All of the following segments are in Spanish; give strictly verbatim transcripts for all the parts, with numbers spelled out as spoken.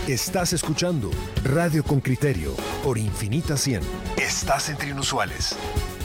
Estás escuchando Radio con Criterio por Infinita cien. Estás entre inusuales.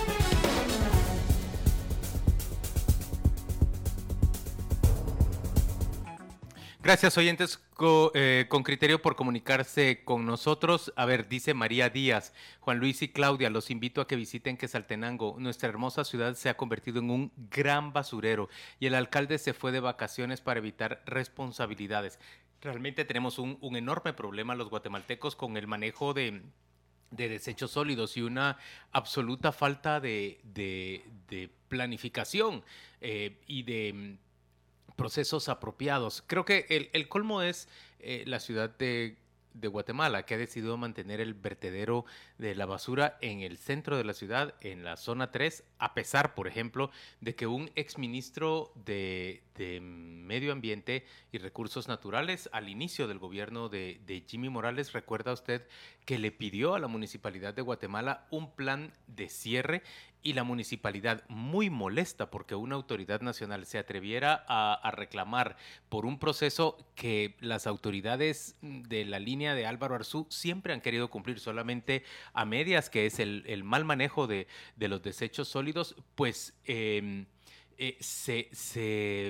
Gracias, oyentes co, eh, con criterio por comunicarse con nosotros. A ver, dice María Díaz, Juan Luis y Claudia, los invito a que visiten Quetzaltenango. Nuestra hermosa ciudad se ha convertido en un gran basurero y el alcalde se fue de vacaciones para evitar responsabilidades. Realmente tenemos un, un enorme problema los guatemaltecos con el manejo de, de desechos sólidos y una absoluta falta de, de, de planificación eh, y de procesos apropiados. Creo que el, el colmo es eh, la ciudad de, de Guatemala, que ha decidido mantener el vertedero de la basura en el centro de la ciudad, en la zona tres, a pesar, por ejemplo, de que un exministro de, de Medio Ambiente y Recursos Naturales, al inicio del gobierno de, de Jimmy Morales, recuerda usted que le pidió a la Municipalidad de Guatemala un plan de cierre, y la municipalidad, muy molesta porque una autoridad nacional se atreviera a, a reclamar por un proceso que las autoridades de la línea de Álvaro Arzú siempre han querido cumplir solamente a medias, que es el, el mal manejo de, de los desechos sólidos, pues eh, eh, se... se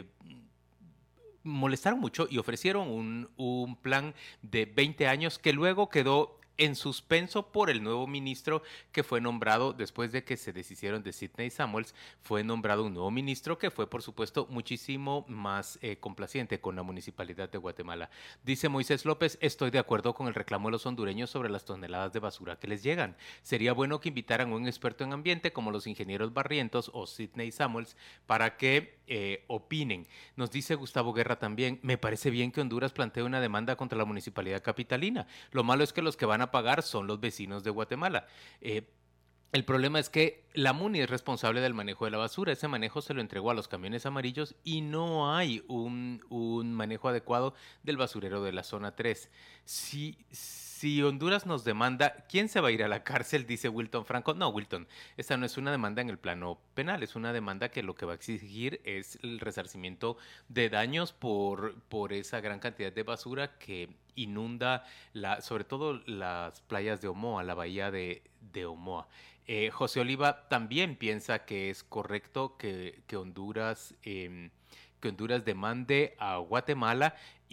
molestaron mucho y ofrecieron un, un plan de veinte años que luego quedó en suspenso por el nuevo ministro que fue nombrado después de que se deshicieron de Sidney Samuels. Fue nombrado un nuevo ministro que fue, por supuesto, muchísimo más eh, complaciente con la Municipalidad de Guatemala. Dice Moisés López, estoy de acuerdo con el reclamo de los hondureños sobre las toneladas de basura que les llegan. Sería bueno que invitaran a un experto en ambiente como los ingenieros Barrientos o Sidney Samuels para que eh, opinen. Nos dice Gustavo Guerra también, me parece bien que Honduras plantee una demanda contra la Municipalidad Capitalina. Lo malo es que los que van a pagar son los vecinos de Guatemala. Eh, el problema es que la MUNI es responsable del manejo de la basura. Ese manejo se lo entregó a los camiones amarillos y no hay un, un manejo adecuado del basurero de la zona tres. Si, si Honduras nos demanda, ¿quién se va a ir a la cárcel? Dice Wilton Franco. No, Wilton, esta no es una demanda en el plano penal, es una demanda que lo que va a exigir es el resarcimiento de daños por, por esa gran cantidad de basura que inunda la, sobre todo las playas de Omoa, la bahía de, de Omoa. Eh, José Oliva también piensa que es correcto que, que Honduras eh, que Honduras demande a Guatemala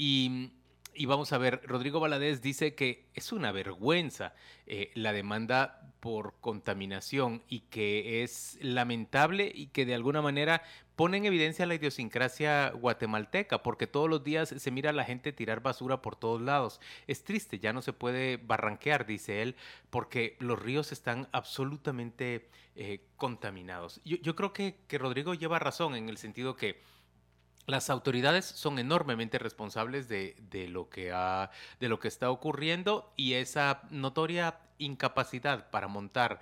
y Y vamos a ver, Rodrigo Valadez dice que es una vergüenza eh, la demanda por contaminación y que es lamentable y que de alguna manera pone en evidencia la idiosincrasia guatemalteca, porque todos los días se mira a la gente tirar basura por todos lados. Es triste, ya no se puede barranquear, dice él, porque los ríos están absolutamente eh, contaminados. Yo, yo creo que, que Rodrigo lleva razón en el sentido que las autoridades son enormemente responsables de, de, lo que ha, de lo que está ocurriendo y esa notoria incapacidad para montar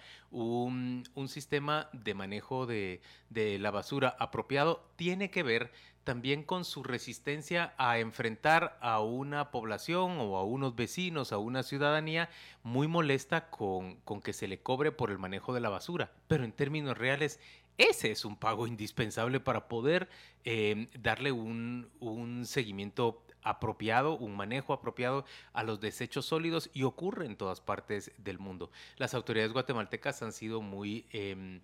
un, un sistema de manejo de, de la basura apropiado tiene que ver también con su resistencia a enfrentar a una población o a unos vecinos, a una ciudadanía muy molesta con, con que se le cobre por el manejo de la basura. Pero en términos reales, ese es un pago indispensable para poder eh, darle un, un seguimiento apropiado, un manejo apropiado a los desechos sólidos y ocurre en todas partes del mundo. Las autoridades guatemaltecas han sido muy eh,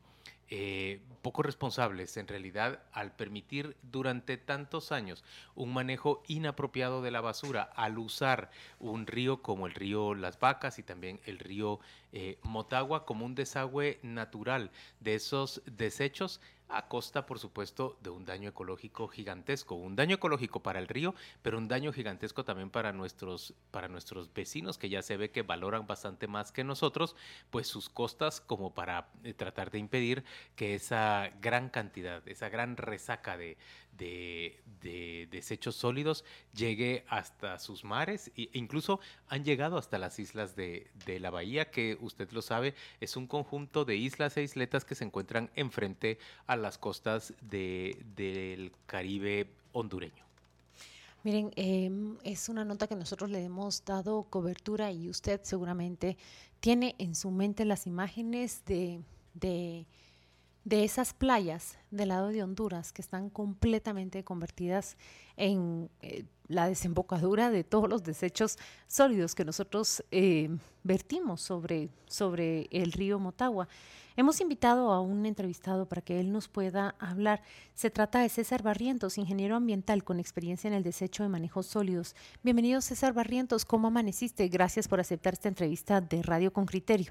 eh, poco responsables en realidad al permitir durante tantos años un manejo inapropiado de la basura, al usar un río como el río Las Vacas y también el río eh, Motagua como un desagüe natural de esos desechos a costa, por supuesto, de un daño ecológico gigantesco. Un daño ecológico para el río, pero un daño gigantesco también para nuestros, para nuestros vecinos, que ya se ve que valoran bastante más que nosotros, pues sus costas como para eh, tratar de impedir que esa gran cantidad, esa gran resaca de, de, de desechos sólidos llegue hasta sus mares e incluso han llegado hasta las islas de, de la bahía, que usted lo sabe, es un conjunto de islas e isletas que se encuentran enfrente a las costas de, del Caribe hondureño. Miren, eh, es una nota que nosotros le hemos dado cobertura y usted seguramente tiene en su mente las imágenes de, de, de esas playas del lado de Honduras que están completamente convertidas en eh, la desembocadura de todos los desechos sólidos que nosotros eh, vertimos sobre, sobre el río Motagua. Hemos invitado a un entrevistado para que él nos pueda hablar. Se trata de César Barrientos, ingeniero ambiental con experiencia en el desecho de manejos sólidos. Bienvenido, César Barrientos. ¿Cómo amaneciste? Gracias por aceptar esta entrevista de Radio con Criterio.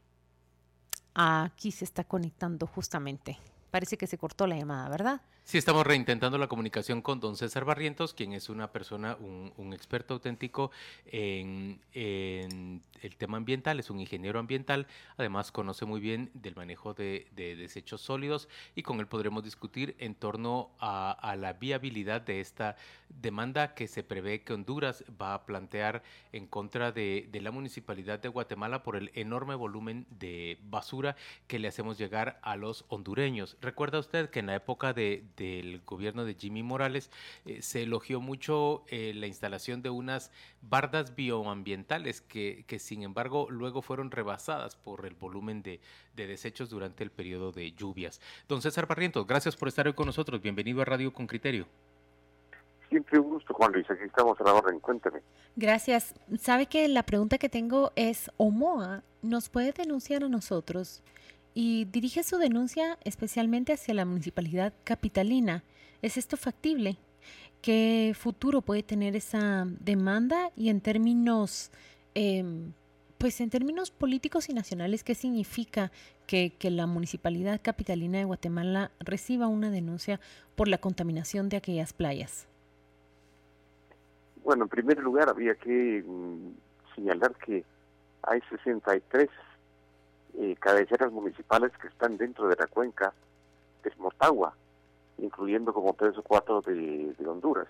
Aquí se está conectando justamente. Parece que se cortó la llamada, ¿verdad? Sí, estamos reintentando la comunicación con don César Barrientos, quien es una persona, un, un experto auténtico en, en el tema ambiental, es un ingeniero ambiental, además conoce muy bien del manejo de, de desechos sólidos y con él podremos discutir en torno a, a la viabilidad de esta demanda que se prevé que Honduras va a plantear en contra de, de la Municipalidad de Guatemala por el enorme volumen de basura que le hacemos llegar a los hondureños. ¿Recuerda usted que en la época de del gobierno de Jimmy Morales, eh, se elogió mucho eh, la instalación de unas bardas bioambientales que, que sin embargo luego fueron rebasadas por el volumen de, de desechos durante el periodo de lluvias? Don César Barrientos, gracias por estar hoy con nosotros. Bienvenido a Radio con Criterio. Siempre un gusto, Juan Luis. Aquí estamos a la orden. Cuénteme. Gracias. Sabe que la pregunta que tengo es, ¿Omoa nos puede denunciar a nosotros? Y dirige su denuncia especialmente hacia la municipalidad capitalina. ¿Es esto factible? ¿Qué futuro puede tener esa demanda? Y en términos, eh, pues en términos políticos y nacionales, ¿qué significa que, que la municipalidad capitalina de Guatemala reciba una denuncia por la contaminación de aquellas playas? Bueno, en primer lugar había que mm, señalar que hay sesenta y tres Eh, cabeceras municipales que están dentro de la cuenca de Motagua, incluyendo como tres o cuatro de, de Honduras.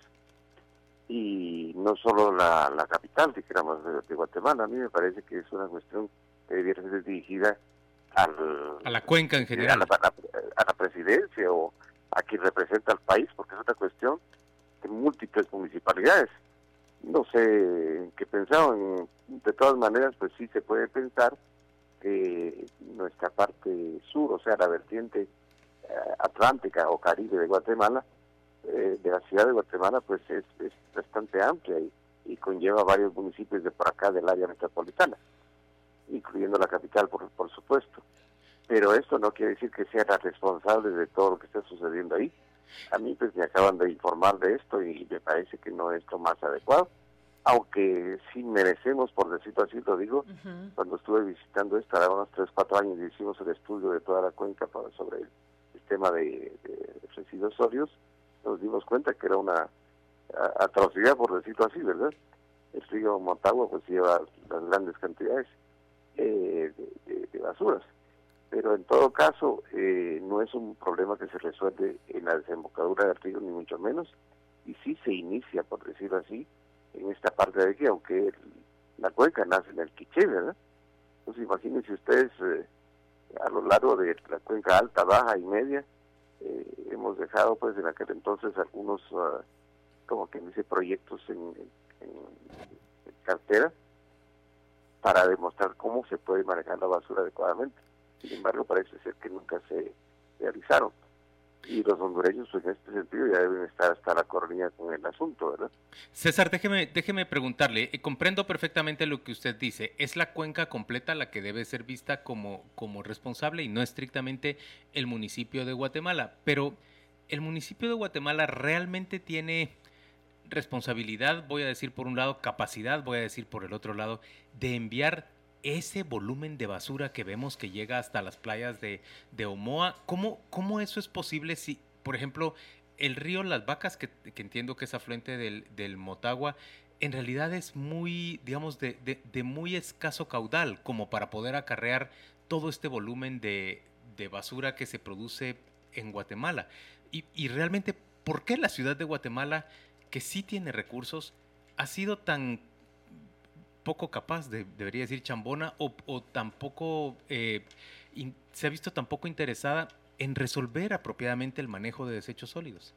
Y no solo la, la capital, dijéramos, de, de Guatemala. A mí me parece que es una cuestión que debiera ser dirigida al, a la cuenca en general, a la, a, la, a la presidencia o a quien representa al país, porque es una cuestión de múltiples municipalidades. No sé en qué pensaban. De todas maneras, pues sí se puede pensar que nuestra parte sur, o sea, la vertiente eh, atlántica o caribe de Guatemala, eh, de la ciudad de Guatemala, pues es, es bastante amplia y, y conlleva varios municipios de por acá del área metropolitana, incluyendo la capital, por, por supuesto. Pero esto no quiere decir que sea la responsable de todo lo que está sucediendo ahí. A mí pues me acaban de informar de esto y me parece que no es lo más adecuado. Aunque sí merecemos, por decirlo así, lo digo, uh-huh. Cuando estuve visitando esto, hace unos tres, cuatro años, hicimos el estudio de toda la cuenca para, sobre el sistema de, de residuos sólidos, nos dimos cuenta que era una a, atrocidad, por decirlo así, ¿verdad? El río Motagua pues lleva las grandes cantidades eh, de, de, de basuras, pero en todo caso eh, no es un problema que se resuelve en la desembocadura del río, ni mucho menos, y sí se inicia, por decirlo así, en esta parte de aquí, aunque el, la cuenca nace en el Quiché, ¿verdad? Entonces imagínense ustedes, eh, a lo largo de la cuenca alta, baja y media, eh, hemos dejado pues en aquel entonces algunos, uh, como que dice, proyectos en, en, en cartera para demostrar cómo se puede manejar la basura adecuadamente. Sin embargo, parece ser que nunca se realizaron. Y los hondureños, pues, en este sentido, ya deben estar hasta la coronilla con el asunto, ¿verdad? César, déjeme, déjeme preguntarle, eh, comprendo perfectamente lo que usted dice, es la cuenca completa la que debe ser vista como, como responsable y no estrictamente el municipio de Guatemala, pero ¿el municipio de Guatemala realmente tiene responsabilidad, voy a decir por un lado, capacidad, voy a decir por el otro lado, de enviar ese volumen de basura que vemos que llega hasta las playas de, de Omoa? ¿Cómo, ¿Cómo eso es posible si, por ejemplo, el río Las Vacas, que, que entiendo que es afluente del, del Motagua, en realidad es muy, digamos, de, de, de muy escaso caudal como para poder acarrear todo este volumen de, de basura que se produce en Guatemala? Y, y realmente, ¿por qué la ciudad de Guatemala, que sí tiene recursos, ha sido tan poco capaz, de, debería decir chambona, o, o tampoco eh, in, se ha visto tampoco interesada en resolver apropiadamente el manejo de desechos sólidos?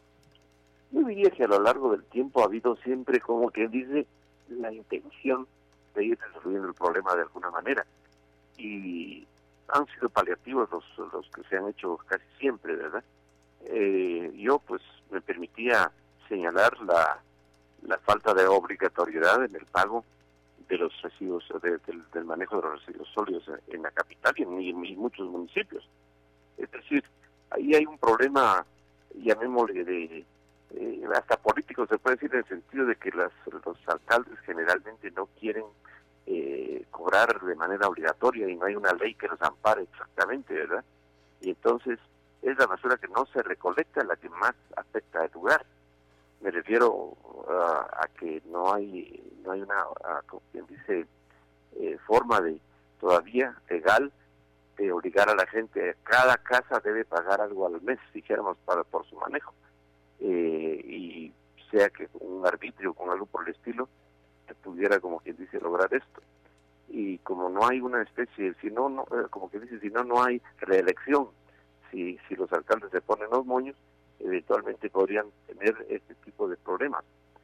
Yo diría que a lo largo del tiempo ha habido siempre, como que dice, la intención de ir resolviendo el problema de alguna manera. Y han sido paliativos los, los que se han hecho casi siempre, ¿verdad? Eh, yo pues me permitía señalar la, la falta de obligatoriedad en el pago de los residuos, de, del, del manejo de los residuos sólidos en, en la capital y en, y en muchos municipios. Es decir, ahí hay un problema, llamémosle de, eh, hasta político se puede decir, en el sentido de que las, los alcaldes generalmente no quieren eh, cobrar de manera obligatoria y no hay una ley que los ampare exactamente, ¿verdad? Y entonces es la basura que no se recolecta la que más afecta al lugar. Me refiero a, a que no hay no hay una, a, como quien dice, eh, forma de todavía legal de obligar a la gente. Cada casa debe pagar algo al mes, dijéramos, para por su manejo. Eh, y sea que con un arbitrio, con algo por el estilo, se pudiera, como quien dice, lograr esto. Y como no hay una especie, si no, no eh, como que dice, si no, no hay reelección. Si, si los alcaldes se ponen los moños, eventualmente podrían tener este tipo de problemas.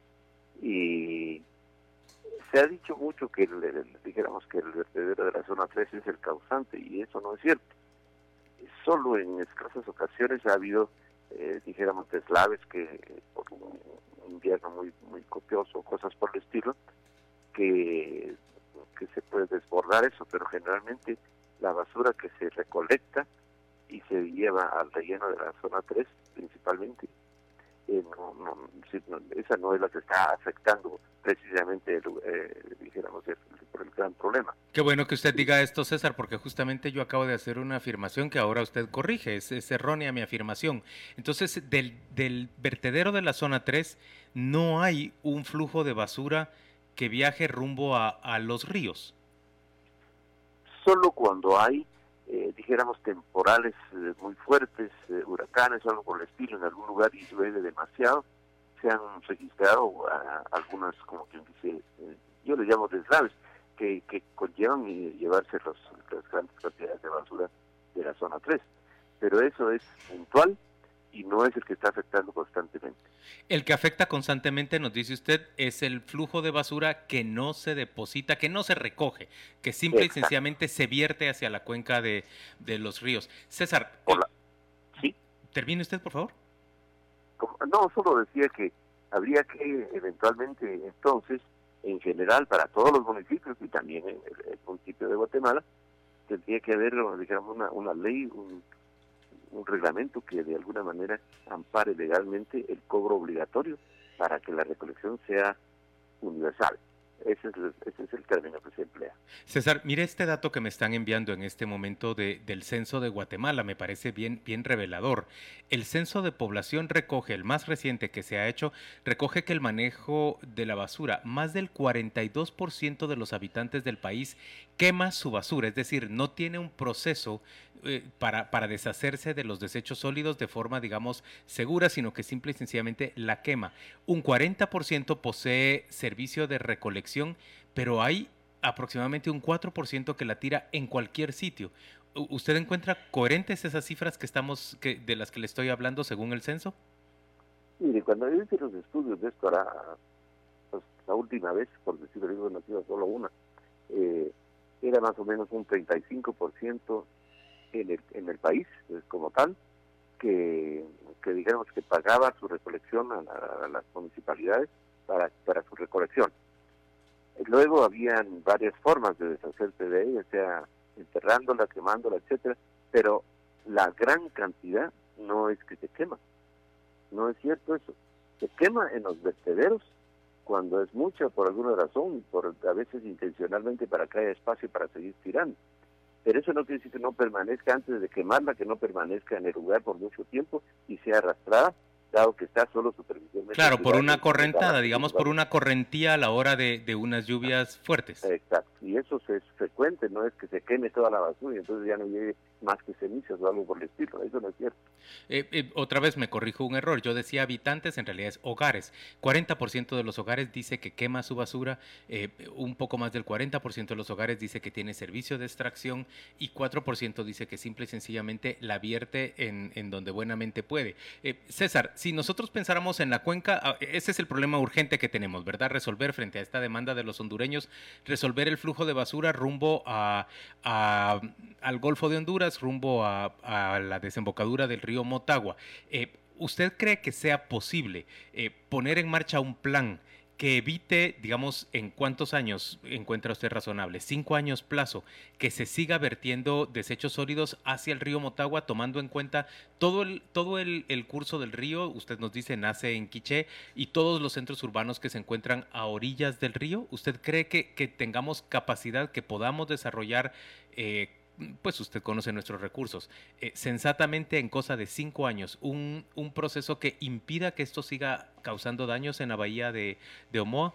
Y se ha dicho mucho que, el, el, dijéramos que el vertedero de la zona tres es el causante, y eso no es cierto. Solo en escasas ocasiones ha habido, eh, dijéramos, deslaves que eh, por un invierno muy muy copioso, cosas por el estilo, que, que se puede desbordar eso, pero generalmente la basura que se recolecta y se lleva al relleno de la zona tres principalmente, eh, no, no, sí, no, esa no es la que está afectando precisamente, el, eh, dijéramos, el, el, el gran problema. Qué bueno que usted diga esto, César, porque justamente yo acabo de hacer una afirmación que ahora usted corrige, es, es errónea mi afirmación. Entonces, del, del vertedero de la zona tres no hay un flujo de basura que viaje rumbo a, a los ríos. Solo cuando hay Eh, dijéramos temporales eh, muy fuertes, eh, huracanes o algo por el estilo, en algún lugar y llueve demasiado, se han registrado uh, algunas, como quien dice, eh, yo le llamo deslaves, que, que conllevan y llevarse los, las grandes cantidades de basura de la zona tres. Pero eso es puntual y no es el que está afectando constantemente. El que afecta constantemente, nos dice usted, es el flujo de basura que no se deposita, que no se recoge, que simple Exacto. y sencillamente se vierte hacia la cuenca de, de los ríos. César, Hola. ¿Sí? ¿Termine usted, por favor? No, solo decía que habría que eventualmente, entonces, en general, para todos los municipios y también en el, el municipio de Guatemala, tendría que haber, digamos, una, una ley, un un reglamento que de alguna manera ampare legalmente el cobro obligatorio para que la recolección sea universal. Ese es, el, ese es el término que se emplea. César, mire este dato que me están enviando en este momento de, del censo de Guatemala, me parece bien, bien revelador. El censo de población recoge, el más reciente que se ha hecho, recoge que el manejo de la basura, más del cuarenta y dos por ciento de los habitantes del país quema su basura, es decir, no tiene un proceso eh, para, para deshacerse de los desechos sólidos de forma, digamos, segura, sino que simple y sencillamente la quema. Un cuarenta por ciento posee servicio de recolección, pero hay aproximadamente un cuatro por ciento que la tira en cualquier sitio. ¿Usted encuentra coherentes esas cifras que estamos, que, de las que le estoy hablando según el censo? Mire, cuando yo hice los estudios de esto, era, pues, la última vez, por decirlo digo, no ha sido solo una, eh, era más o menos un treinta y cinco por ciento en el, en el país, pues, como tal, que, que digamos que pagaba su recolección a, la, a las municipalidades para, para su recolección. Luego habían varias formas de deshacerse de ella, sea enterrándola, quemándola, etcétera, pero la gran cantidad no es que se quema. No es cierto eso. Se quema en los vertederos cuando es mucha por alguna razón, por a veces intencionalmente para que haya espacio para seguir tirando. Pero eso no quiere decir que no permanezca antes de quemarla, que no permanezca en el lugar por mucho tiempo y sea arrastrada, dado que está solo superficialmente. Claro, por una correntada, digamos, por una correntía a la hora de, de unas lluvias fuertes. Exacto, y eso es frecuente, no es que se queme toda la basura y entonces ya no llegue más que cenizas o algo por el estilo, eso no es cierto. Eh, eh, otra vez me corrijo un error, yo decía habitantes, en realidad es hogares. cuarenta por ciento de los hogares dice que quema su basura, eh, un poco más del cuarenta por ciento de los hogares dice que tiene servicio de extracción y cuatro por ciento dice que simple y sencillamente la vierte en, en donde buenamente puede. Eh, César, si si nosotros pensáramos en la cuenca, ese es el problema urgente que tenemos, ¿verdad? Resolver frente a esta demanda de los hondureños, resolver el flujo de basura rumbo a, a, al Golfo de Honduras, rumbo a, a la desembocadura del río Motagua. Eh, ¿Usted cree que sea posible eh, poner en marcha un plan que evite, digamos, en cuántos años encuentra usted razonable, cinco años plazo, que se siga vertiendo desechos sólidos hacia el río Motagua, tomando en cuenta todo el todo el, el curso del río? Usted nos dice nace en Quiché, y todos los centros urbanos que se encuentran a orillas del río. ¿Usted cree que, que tengamos capacidad, que podamos desarrollar, eh, pues usted conoce nuestros recursos, eh, sensatamente en cosa de cinco años, un, un proceso que impida que esto siga causando daños en la bahía de, de Omoa?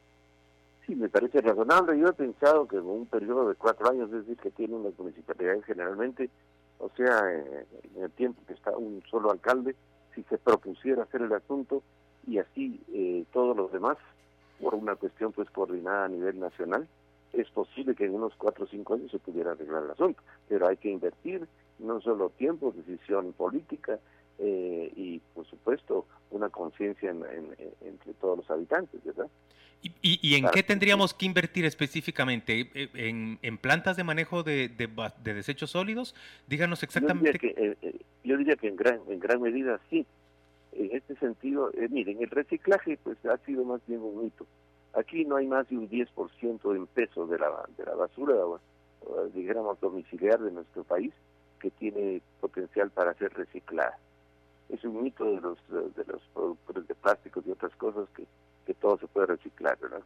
Sí, me parece razonable. Yo he pensado que con un periodo de cuatro años, es decir, que tienen las municipalidades generalmente, o sea, eh, en el tiempo que está un solo alcalde, si se propusiera hacer el asunto y así eh, todos los demás, por una cuestión pues coordinada a nivel nacional, es posible que en unos cuatro o cinco años se pudiera arreglar el asunto, pero hay que invertir no solo tiempo, decisión política eh, y, por supuesto, una conciencia en, en, en, entre todos los habitantes, ¿verdad? ¿Y, y, y en Para qué tendríamos que invertir específicamente? ¿En, en plantas de manejo de, de, de desechos sólidos? Díganos exactamente. Yo diría que, eh, yo diría que en, gran, en gran medida sí. En este sentido, eh, miren, el reciclaje pues ha sido más bien un mito. Aquí no hay más de un diez por ciento en peso de la, de la basura, o, o, digamos, domiciliar de nuestro país, que tiene potencial para ser reciclada. Es un mito de los de los productores de plásticos y otras cosas que, que todo se puede reciclar, ¿verdad?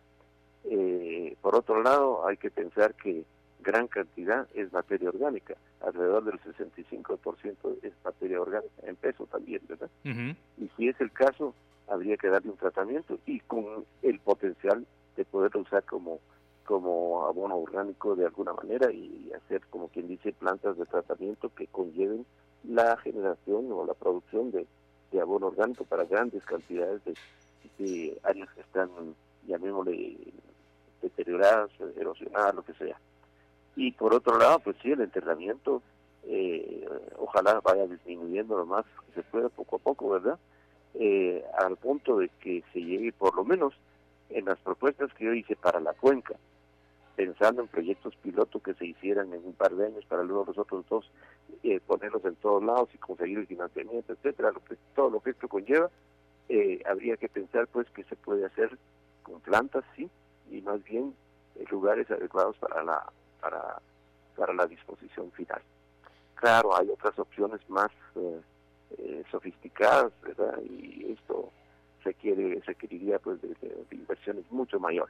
Eh, por otro lado, hay que pensar que gran cantidad es materia orgánica, alrededor del sesenta y cinco por ciento es materia orgánica, en peso también, ¿verdad? Uh-huh. Y si es el caso, habría que darle un tratamiento y con el potencial de poderlo usar como, como abono orgánico de alguna manera y hacer, como quien dice, plantas de tratamiento que conlleven la generación o la producción de, de abono orgánico para grandes cantidades de, de áreas que están, llamémosle, deterioradas, erosionadas, lo que sea. Y por otro lado, pues sí, el enterramiento, eh, ojalá vaya disminuyendo lo más que se pueda poco a poco, ¿verdad? Eh, al punto de que se llegue, por lo menos en las propuestas que yo hice para la cuenca, pensando en proyectos piloto que se hicieran en un par de años para luego los otros dos eh, ponerlos en todos lados y conseguir el financiamiento, etcétera, lo que, todo lo que esto conlleva, eh, habría que pensar pues que se puede hacer con plantas, sí, y más bien en lugares adecuados para la para para la disposición final. Claro, hay otras opciones más eh, eh, sofisticadas, ¿verdad? Y esto requiere requeriría pues de, de, de inversiones mucho mayores.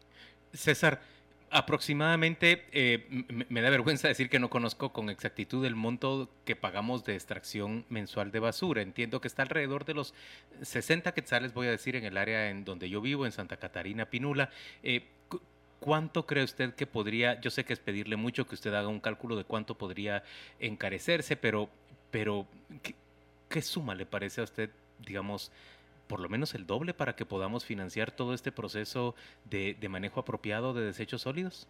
César, aproximadamente, eh, me, me da vergüenza decir que no conozco con exactitud el monto que pagamos de extracción mensual de basura. Entiendo que está alrededor de los sesenta quetzales, voy a decir, en el área en donde yo vivo, en Santa Catarina, Pinula. Eh, ¿Cuánto cree usted que podría, yo sé que es pedirle mucho que usted haga un cálculo de cuánto podría encarecerse, pero, pero ¿qué, qué suma le parece a usted, digamos, por lo menos el doble para que podamos financiar todo este proceso de, de manejo apropiado de desechos sólidos?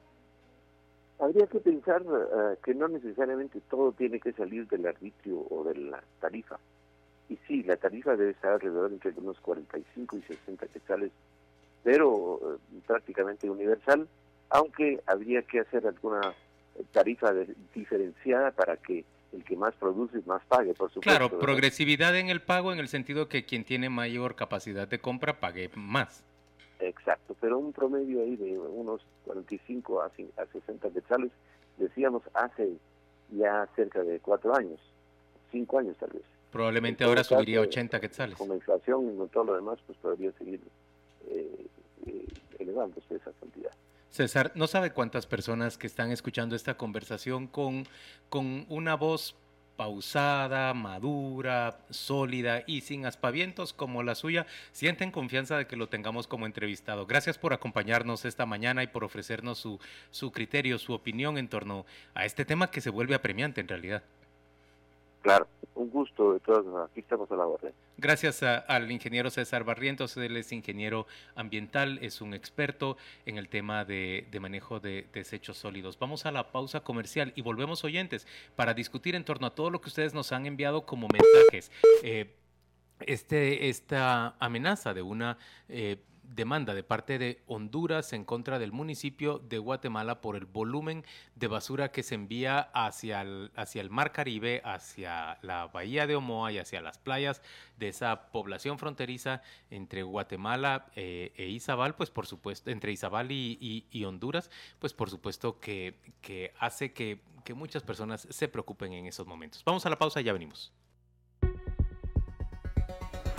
Habría que pensar uh, que no necesariamente todo tiene que salir del arbitrio o de la tarifa. Y sí, la tarifa debe estar alrededor entre unos cuarenta y cinco y sesenta quetzales, pero uh, prácticamente universal, aunque habría que hacer alguna tarifa de, diferenciada para que el que más produce más pague, por supuesto. Claro, ¿verdad? Progresividad en el pago en el sentido que quien tiene mayor capacidad de compra pague más. Exacto, pero un promedio ahí de unos cuarenta y cinco a sesenta quetzales, decíamos, hace ya cerca de cuatro años, cinco años tal vez. Probablemente ahora caso, subiría ochenta quetzales. Con la inflación y con todo lo demás, pues podría seguir eh, eh, elevándose esa cantidad. César, ¿no sabe cuántas personas que están escuchando esta conversación con, con una voz pausada, madura, sólida y sin aspavientos como la suya, sienten confianza de que lo tengamos como entrevistado? Gracias por acompañarnos esta mañana y por ofrecernos su, su criterio, su opinión en torno a este tema que se vuelve apremiante en realidad. Claro, un gusto de todos, aquí estamos a la orden. Gracias a, al ingeniero César Barrientos, él es ingeniero ambiental, es un experto en el tema de, de manejo de desechos sólidos. Vamos a la pausa comercial y volvemos, oyentes, para discutir en torno a todo lo que ustedes nos han enviado como mensajes. Eh, este, esta amenaza de una eh, demanda de parte de Honduras en contra del municipio de Guatemala por el volumen de basura que se envía hacia el, hacia el Mar Caribe, hacia la bahía de Omoa y hacia las playas de esa población fronteriza entre Guatemala eh, e Izabal, pues por supuesto, entre Izabal y, y, y Honduras, pues por supuesto que, que hace que, que muchas personas se preocupen en esos momentos. Vamos a la pausa y ya venimos.